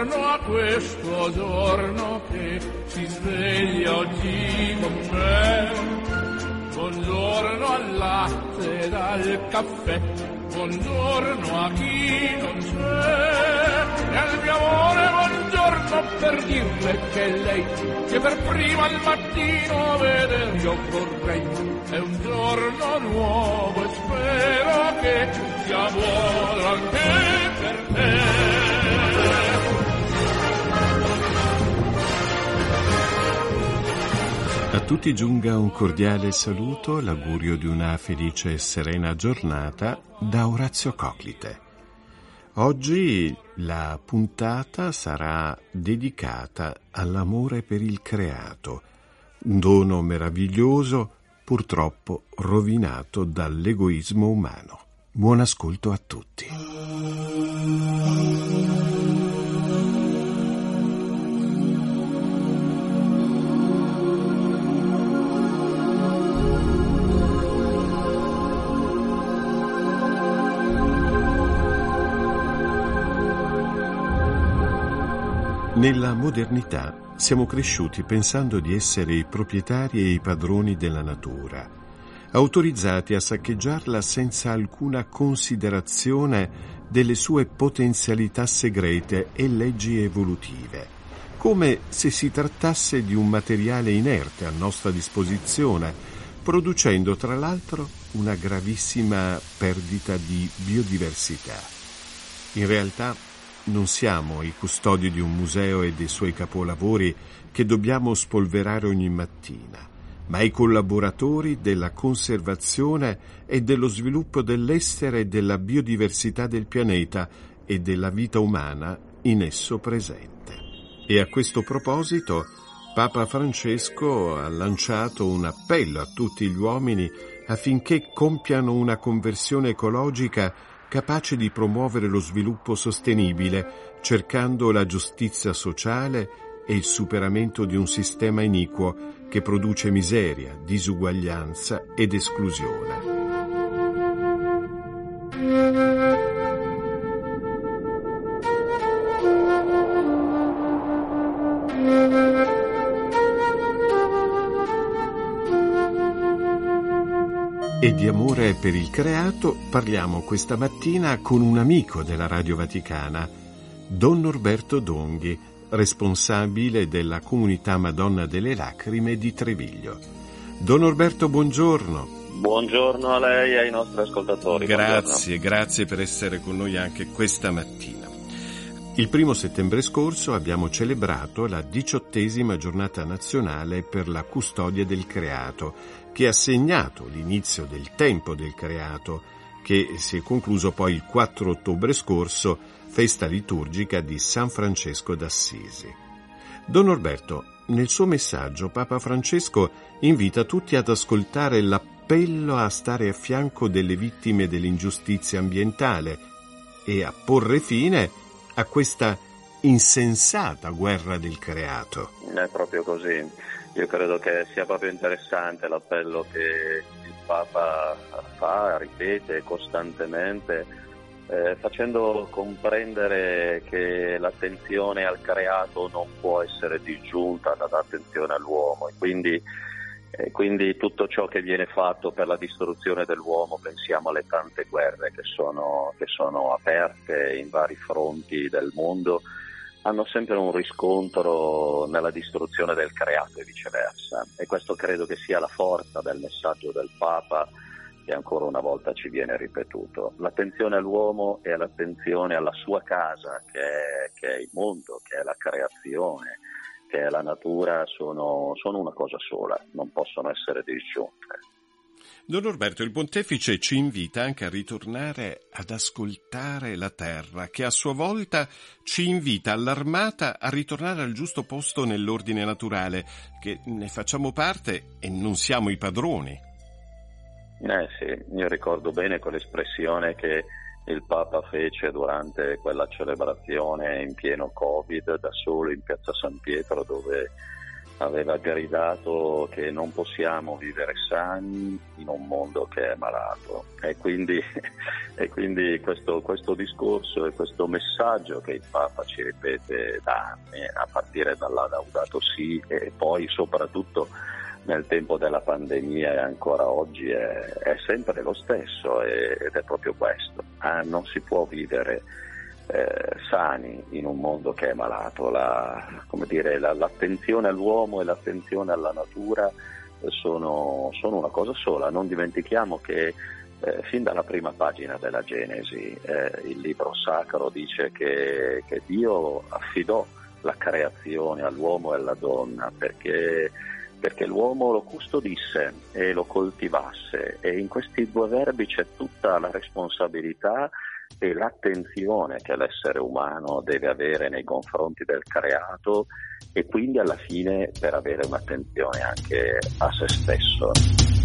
buongiorno a questo giorno che si sveglia oggi con me. Buongiorno al latte ed al caffè, buongiorno a chi non c'è. E al mio amore buongiorno per dirle che lei, che per prima al mattino vedere io vorrei. È un giorno nuovo e spero che sia buono anche per te. A tutti giunga un cordiale saluto, l'augurio di una felice e serena giornata da Orazio Coclite. Oggi la puntata sarà dedicata all'amore per il creato, un dono meraviglioso, purtroppo rovinato dall'egoismo umano. Buon ascolto a tutti. Nella modernità siamo cresciuti pensando di essere i proprietari e i padroni della natura, autorizzati a saccheggiarla senza alcuna considerazione delle sue potenzialità segrete e leggi evolutive, come se si trattasse di un materiale inerte a nostra disposizione, producendo tra l'altro una gravissima perdita di biodiversità. In realtà non siamo i custodi di un museo e dei suoi capolavori che dobbiamo spolverare ogni mattina, ma i collaboratori della conservazione e dello sviluppo dell'essere e della biodiversità del pianeta e della vita umana in esso presente. E a questo proposito Papa Francesco ha lanciato un appello a tutti gli uomini affinché compiano una conversione ecologica capace di promuovere lo sviluppo sostenibile, cercando la giustizia sociale e il superamento di un sistema iniquo che produce miseria, disuguaglianza ed esclusione. E di amore per il creato parliamo questa mattina con un amico della Radio Vaticana, Don Norberto Donghi, responsabile della comunità Madonna delle Lacrime di Treviglio. Don Norberto, buongiorno. Buongiorno a lei e ai nostri ascoltatori. Grazie per essere con noi anche questa mattina. Il 1° settembre scorso abbiamo celebrato la 18ª giornata nazionale per la custodia del creato, che ha segnato l'inizio del tempo del creato, che si è concluso poi il 4 ottobre scorso, festa liturgica di San Francesco d'Assisi. Don Norberto, nel suo messaggio Papa Francesco invita tutti ad ascoltare l'appello a stare a fianco delle vittime dell'ingiustizia ambientale e a porre fine a questa insensata guerra del creato. È proprio così. Io credo che sia proprio interessante l'appello che il Papa fa, ripete costantemente, facendo comprendere che l'attenzione al creato non può essere disgiunta dall'attenzione all'uomo e quindi tutto ciò che viene fatto per la distruzione dell'uomo, pensiamo alle tante guerre che sono aperte in vari fronti del mondo, hanno sempre un riscontro nella distruzione del creato e viceversa. E questo credo che sia la forza del messaggio del Papa, che ancora una volta ci viene ripetuto. L'attenzione all'uomo e l'attenzione alla sua casa, che è il mondo, che è la creazione, che è la natura, sono una cosa sola, non possono essere disgiunte. Don Norberto, il Pontefice ci invita anche a ritornare ad ascoltare la terra, che a sua volta ci invita all'Armata a ritornare al giusto posto nell'ordine naturale, che ne facciamo parte e non siamo i padroni. Sì, io ricordo bene quell'espressione che il Papa fece durante quella celebrazione in pieno Covid, da solo in Piazza San Pietro, dove aveva gridato che non possiamo vivere sani in un mondo che è malato, e quindi questo discorso e questo messaggio che il Papa ci ripete da anni, a partire dalla Laudato Si e poi soprattutto nel tempo della pandemia e ancora oggi, è sempre lo stesso, ed è proprio questo: non si può vivere sani in un mondo che è malato. L'attenzione all'uomo e l'attenzione alla natura sono una cosa sola. Non dimentichiamo che fin dalla prima pagina della Genesi il libro sacro dice che Dio affidò la creazione all'uomo e alla donna perché l'uomo lo custodisse e lo coltivasse, e in questi due verbi c'è tutta la responsabilità e l'attenzione che l'essere umano deve avere nei confronti del creato, e quindi alla fine per avere un'attenzione anche a se stesso.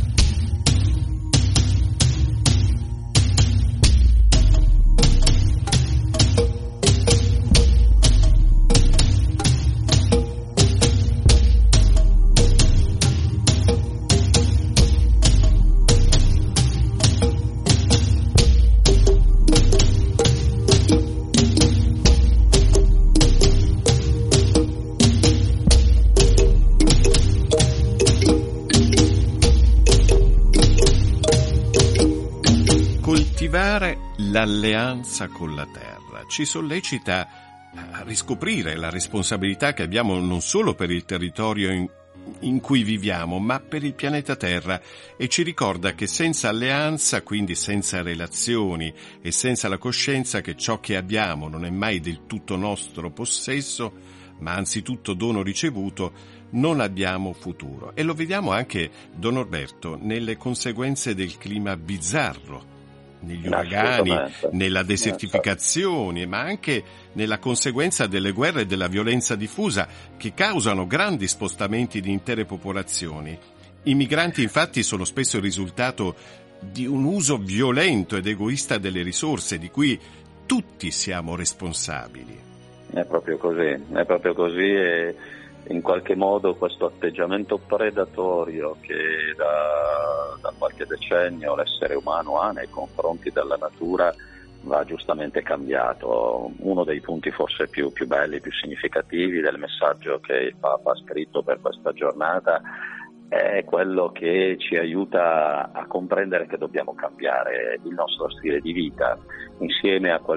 L'alleanza con la terra ci sollecita a riscoprire la responsabilità che abbiamo non solo per il territorio in cui viviamo, ma per il pianeta Terra, e ci ricorda che senza alleanza, quindi senza relazioni e senza la coscienza che ciò che abbiamo non è mai del tutto nostro possesso, ma anzitutto dono ricevuto, non abbiamo futuro. E lo vediamo anche, Don Norberto, nelle conseguenze del clima bizzarro, negli uragani, nella desertificazione, ma anche nella conseguenza delle guerre e della violenza diffusa che causano grandi spostamenti di intere popolazioni. I migranti infatti sono spesso il risultato di un uso violento ed egoista delle risorse di cui tutti siamo responsabili. È proprio così, e in qualche modo questo atteggiamento predatorio che da qualche decennio l'essere umano ha nei confronti della natura va giustamente cambiato. Uno dei punti forse più belli, più significativi del messaggio che il Papa ha scritto per questa giornata è quello che ci aiuta a comprendere che dobbiamo cambiare il nostro stile di vita, insieme al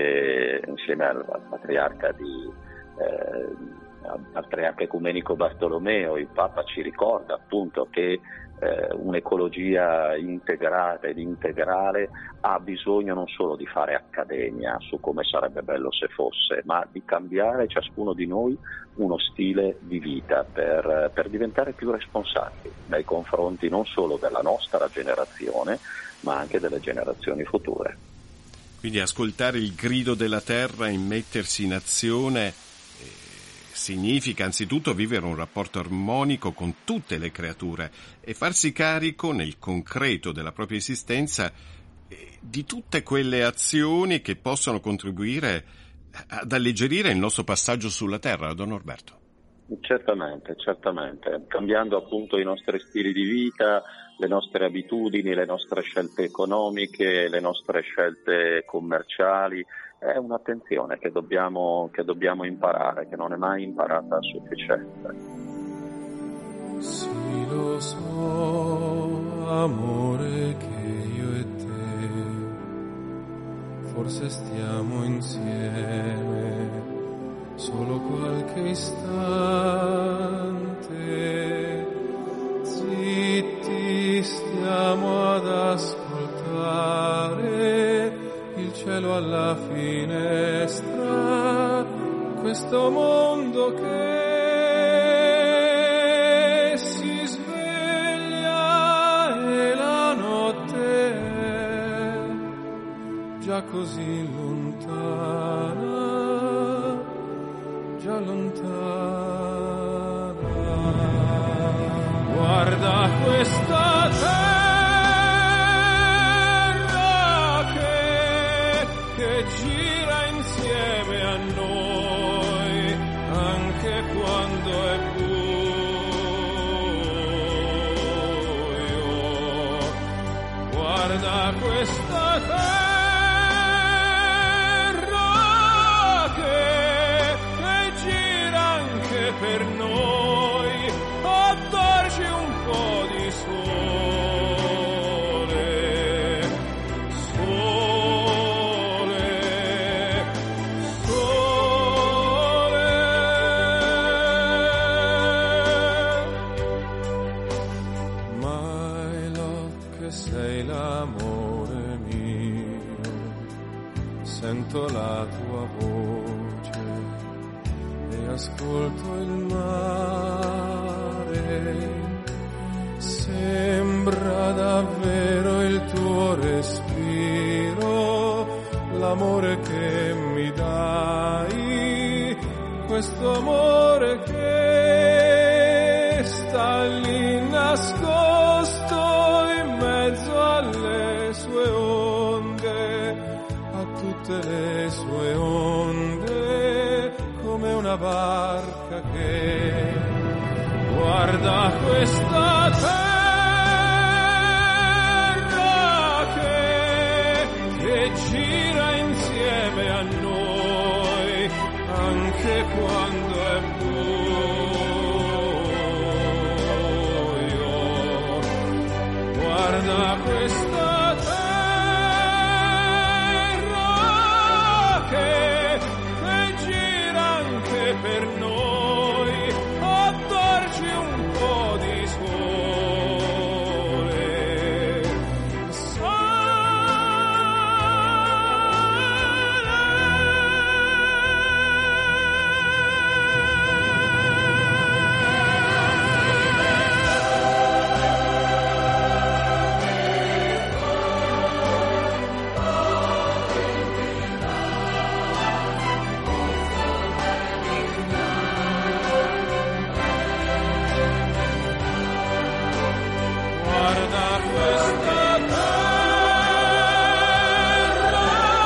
patriarca ecumenico Bartolomeo. Il Papa ci ricorda appunto che un'ecologia integrata ed integrale ha bisogno non solo di fare accademia su come sarebbe bello se fosse, ma di cambiare ciascuno di noi uno stile di vita per diventare più responsabili nei confronti non solo della nostra generazione, ma anche delle generazioni future. Quindi ascoltare il grido della terra e mettersi in azione significa anzitutto vivere un rapporto armonico con tutte le creature e farsi carico nel concreto della propria esistenza di tutte quelle azioni che possono contribuire ad alleggerire il nostro passaggio sulla terra, Don Norberto. Certamente, cambiando appunto i nostri stili di vita, le nostre abitudini, le nostre scelte economiche, le nostre scelte commerciali. È un'attenzione che dobbiamo imparare, che non è mai imparata a sufficienza. Sì, lo so, amore, che io e te forse stiamo insieme solo qualche istante, zitti stiamo ad ascoltare il cielo alla finestra, questo mondo che si sveglia e la notte è già così lontana, già lontana. Guarda questa terra che gira insieme a noi, anche quando è buia guarda questa terra che gira anche per noi, a darci un po' di sole, sole, sole. My love, che sei l'amore mio, sento la tua voce e ascolto il mare. Sembra davvero il tuo respiro, l'amore che mi dai, questo amore che sta lì nascosto in mezzo alle sue onde, a tutte le sue onde, come una barca che guarda questa terra che gira insieme a noi, anche quando è buio. Guarda questa terra che gira anche per noi, a darci un po' di sole. Guarda questa terra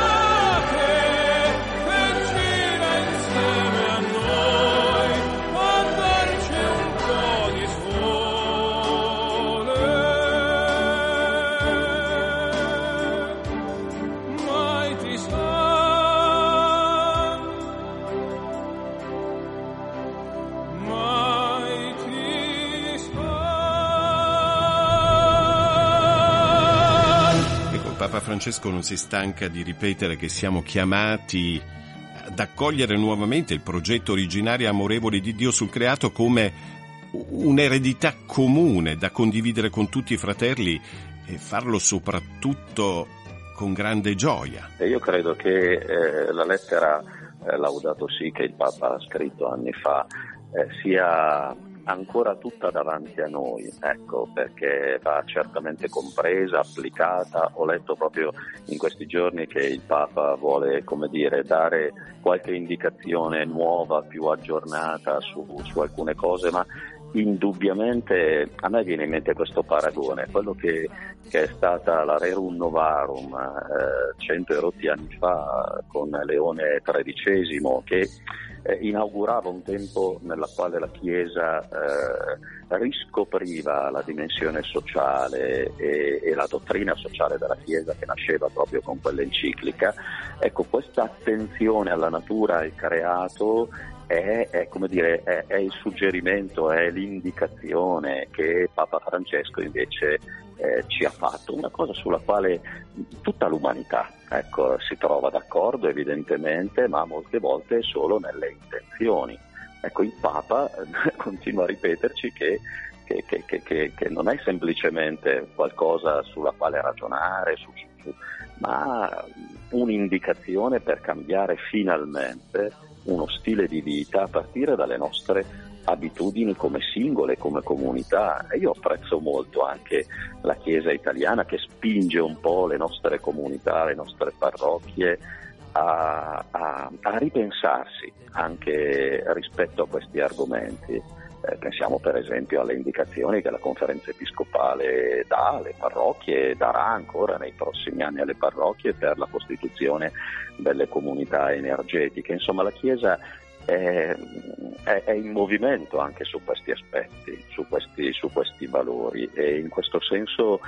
che gira insieme a noi, a darci un po' di sole. Mai ti sa, mai ti sa. Ecco, il Papa Francesco non si stanca di ripetere che siamo chiamati ad accogliere nuovamente il progetto originario e amorevole di Dio sul creato come un'eredità comune da condividere con tutti i fratelli e farlo soprattutto con grande gioia. E io credo che la lettera Laudato Si che il Papa ha scritto anni fa sia ancora tutta davanti a noi, ecco, perché va certamente compresa, applicata. Ho letto proprio in questi giorni che il Papa vuole, come dire, dare qualche indicazione nuova, più aggiornata su alcune cose, ma indubbiamente a me viene in mente questo paragone, quello che è stata la Rerum Novarum 100 e rotti anni fa con Leone XIII, che inaugurava un tempo nella quale la Chiesa riscopriva la dimensione sociale e la dottrina sociale della Chiesa, che nasceva proprio con quell'enciclica. Ecco, questa attenzione alla natura, al creato, è come dire, è il suggerimento, è l'indicazione che Papa Francesco invece ci ha fatto, una cosa sulla quale tutta l'umanità, ecco, si trova d'accordo evidentemente, ma molte volte solo nelle intenzioni. Ecco, il Papa continua a ripeterci che non è semplicemente qualcosa sulla quale ragionare, ma un'indicazione per cambiare finalmente uno stile di vita a partire dalle nostre abitudini come singole, come comunità. E io apprezzo molto anche la Chiesa italiana, che spinge un po' le nostre comunità, le nostre parrocchie a ripensarsi anche rispetto a questi argomenti. Pensiamo per esempio alle indicazioni che la Conferenza Episcopale dà alle parrocchie, darà ancora nei prossimi anni alle parrocchie per la costituzione delle comunità energetiche. Insomma, la Chiesa è in movimento anche su questi aspetti, su questi valori, e in questo senso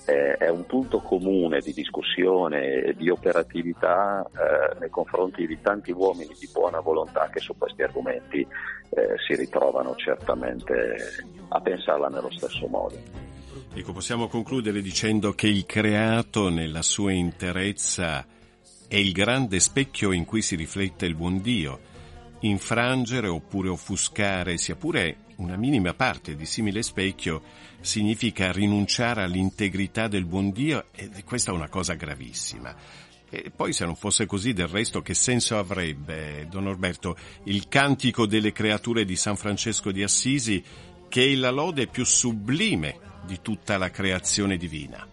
è un punto comune di discussione e di operatività nei confronti di tanti uomini di buona volontà che su questi argomenti si ritrovano certamente a pensarla nello stesso modo. Ecco, possiamo concludere dicendo che il creato nella sua interezza è il grande specchio in cui si riflette il buon Dio. Infrangere oppure offuscare, sia pure una minima parte di simile specchio, significa rinunciare all'integrità del buon Dio, e questa è una cosa gravissima. E poi, se non fosse così, del resto che senso avrebbe, Don Norberto, il cantico delle creature di San Francesco di Assisi, che è la lode più sublime di tutta la creazione divina?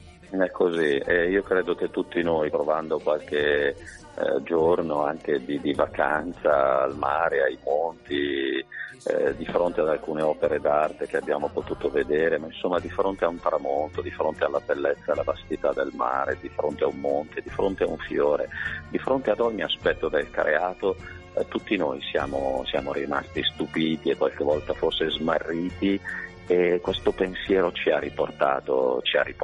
È così, io credo che tutti noi, provando qualche giorno anche di vacanza al mare, ai monti, di fronte ad alcune opere d'arte che abbiamo potuto vedere, ma insomma di fronte a un tramonto, di fronte alla bellezza e alla vastità del mare, di fronte a un monte, di fronte a un fiore, di fronte ad ogni aspetto del creato, tutti noi siamo rimasti stupiti e qualche volta forse smarriti, e questo pensiero ci ha riportato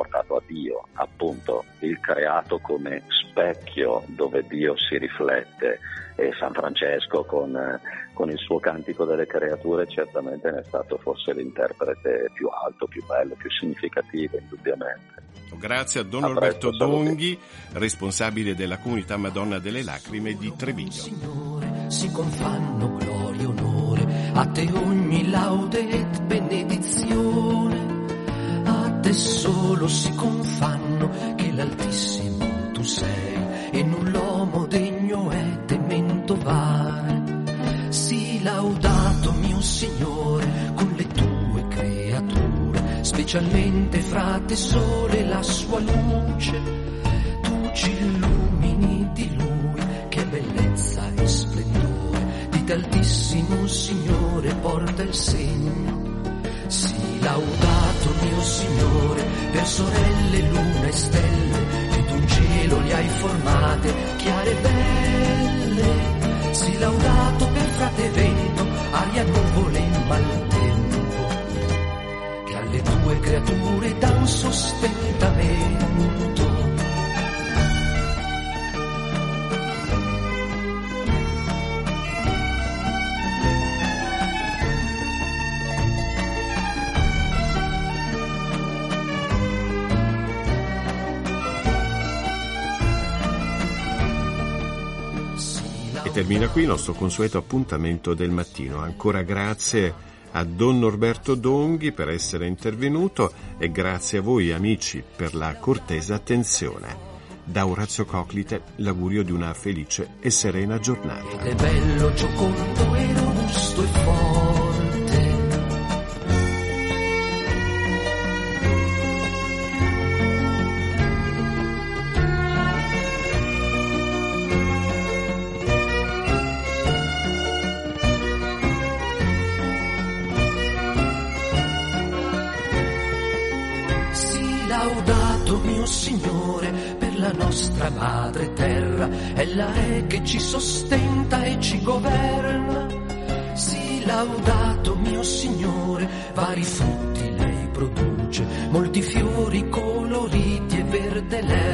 a Dio, appunto, il creato come specchio dove Dio si riflette, e San Francesco con il suo cantico delle creature certamente ne è stato forse l'interprete più alto, più bello, più significativo, indubbiamente. Grazie a Don Norberto Donghi, responsabile della comunità Madonna delle Lacrime di Treviglio. Signore, si confanno gloria e onore, a te ogni laude et benedizione, a te solo si confanno, che l'Altissimo tu sei, e null'uomo degno è temento vai. Sii laudato mio Signore con le tue creature, specialmente fra te sole la sua luce, tu ci illumini di Lui, che bellezza e splendore, di t'Altissimo Signore porta il segno. Sii laudato mio Signore per sorelle, luna e stelle, che d'un cielo li hai formate chiare e belle. Sii laudato per frate vento, aria, nuvole e maltempo, che alle tue creature dà un sostentamento. Termina qui il nostro consueto appuntamento del mattino. Ancora grazie a Don Norberto Donghi per essere intervenuto, e grazie a voi amici per la cortese attenzione. Da Orazio Coclite l'augurio di una felice e serena giornata. Ed è bello, giocondo e robusto e forte. Laudato mio Signore per la nostra madre terra, ella è che ci sostenta e ci governa. Sii laudato mio Signore, vari frutti lei produce, molti fiori coloriti e verde lei.